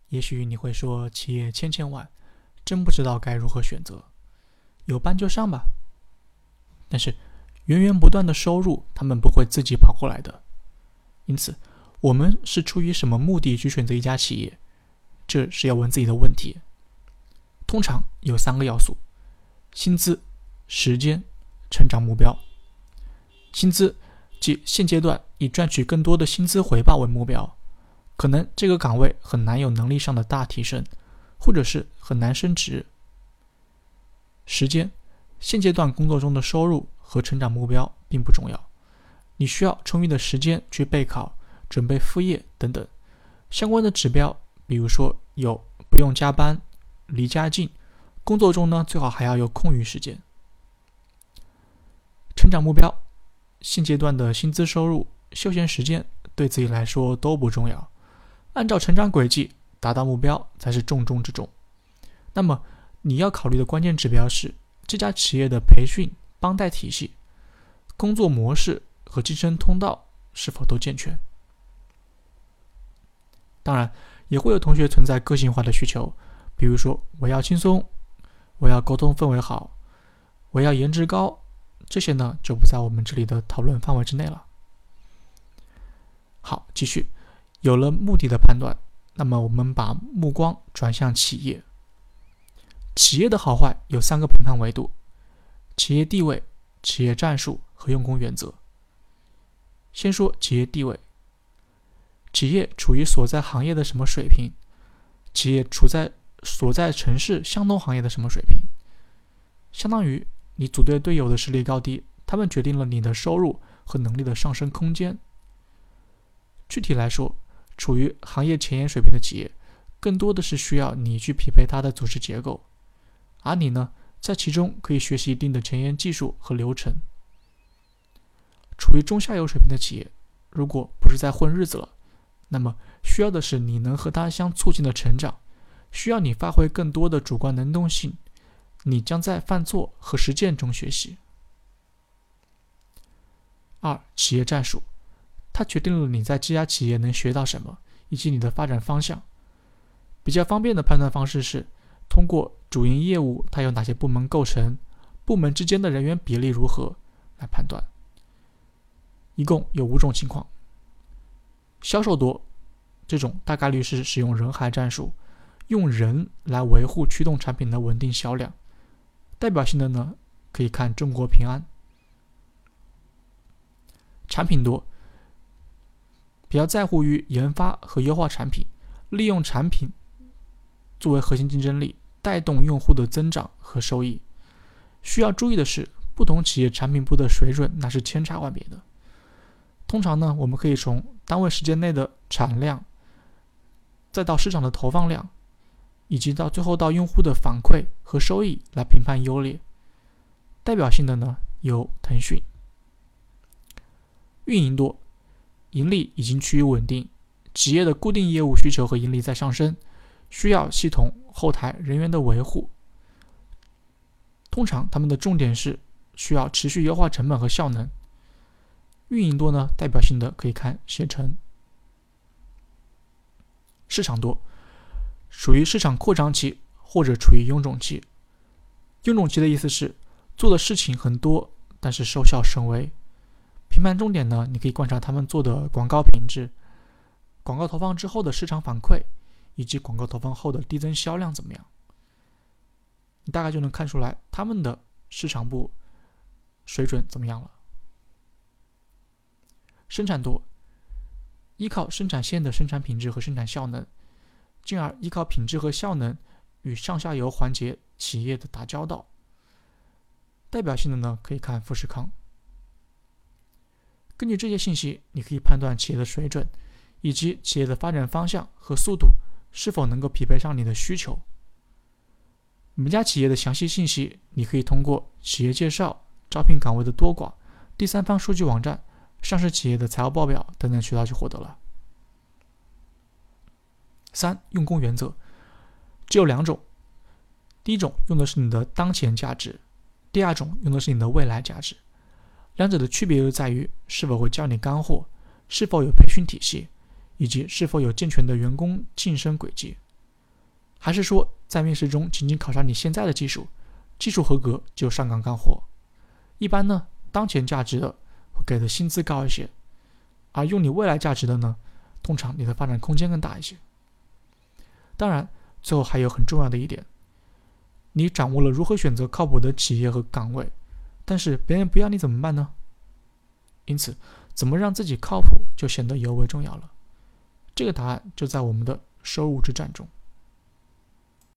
也许你会说，企业千万，真不知道该如何选择，有班就上吧。但是源源不断的收入，他们不会自己跑过来的。因此，我们是出于什么目的去选择一家企业？这是要问自己的问题。通常有3个要素：薪资、时间、成长目标。薪资即现阶段以赚取更多的薪资回报为目标，可能这个岗位很难有能力上的大提升，或者是很难升职。时间，现阶段工作中的收入和成长目标并不重要，你需要充裕的时间去备考、准备副业等等。相关的指标，比如说有不用加班、离家近，工作中呢最好还要有空余时间。成长目标，现阶段的薪资收入、休闲时间对自己来说都不重要，按照成长轨迹达到目标才是重中之重。那么你要考虑的关键指标是这家企业的培训帮带体系、工作模式和晋升通道是否都健全。当然也会有同学存在个性化的需求，比如说我要轻松，我要沟通氛围好，我要颜值高，这些呢就不在我们这里的讨论范围之内了。好，继续，有了目的的判断，那么我们把目光转向企业。企业的好坏有3个评判维度：企业地位、企业战术和用工原则。先说企业地位，企业处于所在行业的什么水平？企业处在所在城市相同行业的什么水平？相当于你组队队友的实力高低，他们决定了你的收入和能力的上升空间。具体来说，处于行业前沿水平的企业，更多的是需要你去匹配它的组织结构，而你呢，在其中可以学习一定的前沿技术和流程。处于中下游水平的企业，如果不是在混日子了，那么需要的是你能和它相促进的成长，需要你发挥更多的主观能动性，你将在犯错和实践中学习。2. 企业战术，它决定了你在这家企业能学到什么，以及你的发展方向。比较方便的判断方式是通过主营业务它有哪些部门构成，部门之间的人员比例如何来判断。一共有5种情况。销售多，这种大概率是使用人海战术，用人来维护驱动产品的稳定销量。代表性的呢，可以看中国平安。产品多，比较在乎于研发和优化产品，利用产品作为核心竞争力，带动用户的增长和收益。需要注意的是，不同企业产品部的水准那是千差万别的。通常呢，我们可以从单位时间内的产量，再到市场的投放量，以及到最后到用户的反馈和收益来评判优劣。代表性的呢有腾讯。运营多，盈利已经趋于稳定，企业的固定业务需求和盈利在上升，需要系统后台人员的维护。通常他们的重点是需要持续优化成本和效能。运营多呢，代表性的可以看携程。市场多，属于市场扩张期或者处于臃肿期。臃肿期的意思是做的事情很多，但是收效甚微。评判重点呢，你可以观察他们做的广告品质、广告投放之后的市场反馈，以及广告投放后的递增销量怎么样。你大概就能看出来他们的市场部水准怎么样了。生产多，依靠生产线的生产品质和生产效能，进而依靠品质和效能与上下游环节企业的打交道。代表性的呢，可以看富士康。根据这些信息，你可以判断企业的水准，以及企业的发展方向和速度是否能够匹配上你的需求。每家企业的详细信息，你可以通过企业介绍、招聘岗位的多寡、第三方数据网站、上市企业的财务报表等等渠道去获得了。3. 用工原则，只有2种。第一种用的是你的当前价值，第二种用的是你的未来价值。两者的区别就在于是否会教你干货，是否有培训体系，以及是否有健全的员工晋升轨迹。 还是说在面试中仅仅考察你现在的技术，技术合格就上岗干活？一般呢，当前价值的会给的薪资高一些，而用你未来价值的呢，通常你的发展空间更大一些。当然，最后还有很重要的一点，你掌握了如何选择靠谱的企业和岗位，但是别人不要你怎么办呢？因此，怎么让自己靠谱就显得尤为重要了。这个答案就在我们的收入之战中。